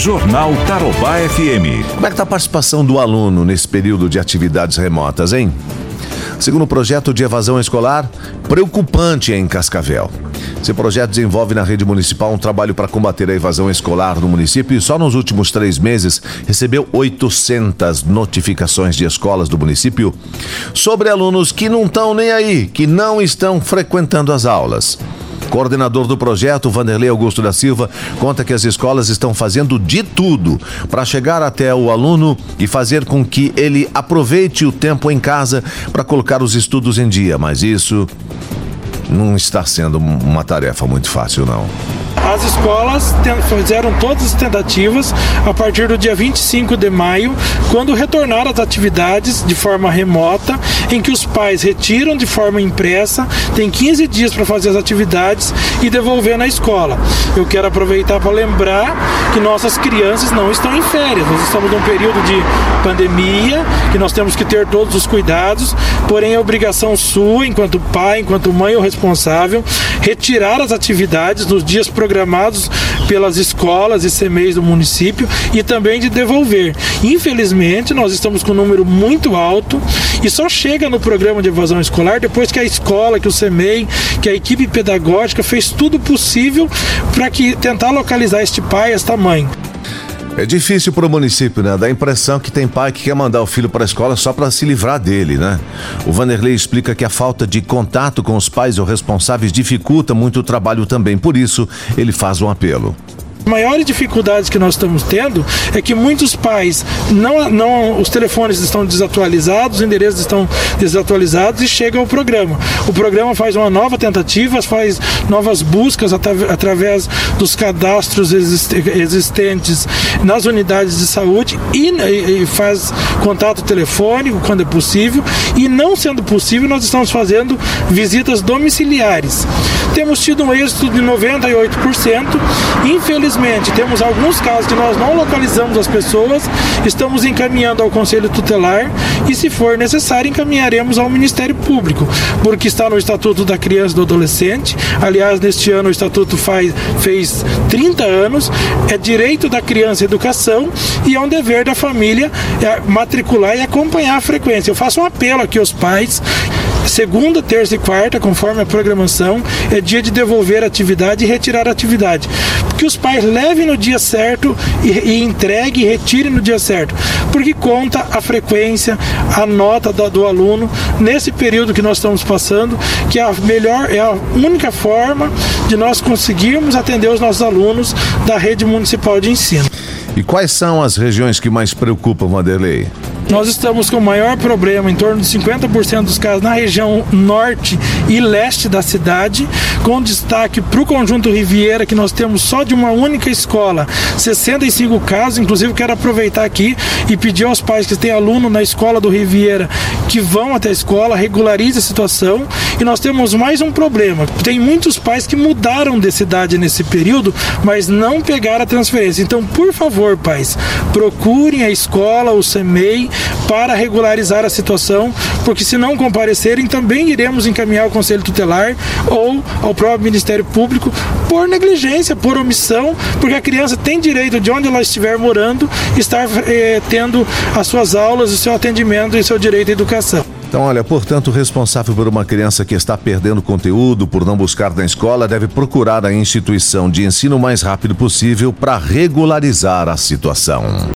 Jornal Tarobá FM. Como é que está a participação do aluno nesse período de atividades remotas, hein? Segundo o projeto de evasão escolar, preocupante em Cascavel. Esse projeto desenvolve na rede municipal um trabalho para combater a evasão escolar no município e só nos últimos 3 meses recebeu 800 notificações de escolas do município sobre alunos que não estão nem aí, que não estão frequentando as aulas. Coordenador do projeto, Vanderlei Augusto da Silva, conta que as escolas estão fazendo de tudo para chegar até o aluno e fazer com que ele aproveite o tempo em casa para colocar os estudos em dia, mas isso não está sendo uma tarefa muito fácil, não. As escolas fizeram todas as tentativas a partir do dia 25 de maio, quando retornaram as atividades de forma remota, em que os pais retiram de forma impressa, tem 15 dias para fazer as atividades e devolver na escola. Eu quero aproveitar para lembrar que nossas crianças não estão em férias. Nós estamos num período de pandemia, que nós temos que ter todos os cuidados, porém é obrigação sua, enquanto pai, enquanto mãe ou responsável, retirar as atividades nos dias programados pelas escolas e CMEs do município e também de devolver. Infelizmente, nós estamos com um número muito alto e só chega no programa de evasão escolar depois que a escola, que o CMEI, que a equipe pedagógica fez tudo possível para tentar localizar este pai, esta mãe. É difícil para o município, né? Dá a impressão que tem pai que quer mandar o filho para a escola só para se livrar dele, né? O Vanderlei explica que a falta de contato com os pais ou responsáveis dificulta muito o trabalho também. Por isso, ele faz um apelo. As maiores dificuldades que nós estamos tendo é que muitos pais, os telefones estão desatualizados, os endereços estão desatualizados e chega ao programa. O programa faz uma nova tentativa, faz novas buscas através dos cadastros existentes nas unidades de saúde e faz contato telefônico quando é possível, e não sendo possível, nós estamos fazendo visitas domiciliares. Temos tido um êxito de 98%, infelizmente temos alguns casos que nós não localizamos as pessoas, estamos encaminhando ao Conselho Tutelar e, se for necessário, encaminharemos ao Ministério Público, porque está no Estatuto da Criança e do Adolescente. Aliás, neste ano o Estatuto fez 30 anos, é direito da criança a educação e é um dever da família matricular e acompanhar a frequência. Eu faço um apelo aqui aos pais. Segunda, terça e quarta, conforme a programação, é dia de devolver a atividade e retirar a atividade. Que os pais levem no dia certo e entreguem e retirem no dia certo. Porque conta a frequência, a nota do aluno nesse período que nós estamos passando, que é a única forma de nós conseguirmos atender os nossos alunos da rede municipal de ensino. E quais são as regiões que mais preocupam, Vanderlei? Nós estamos com o maior problema, em torno de 50% dos casos, na região norte e leste da cidade, com destaque para o Conjunto Riviera, que nós temos só de uma única escola, 65 casos. Inclusive, quero aproveitar aqui e pedir aos pais que têm aluno na escola do Riviera que vão até a escola, regularize a situação. E nós temos mais um problema. Tem muitos pais que mudaram de cidade nesse período, mas não pegaram a transferência. Então, por favor, pais, procurem a escola, o CMEI, para regularizar a situação, porque se não comparecerem, também iremos encaminhar ao Conselho Tutelar ou ao próprio Ministério Público por negligência, por omissão, porque a criança tem direito, de onde ela estiver morando, estar tendo as suas aulas, o seu atendimento e seu direito à educação. Então, olha, portanto, o responsável por uma criança que está perdendo conteúdo por não buscar na escola deve procurar a instituição de ensino o mais rápido possível para regularizar a situação.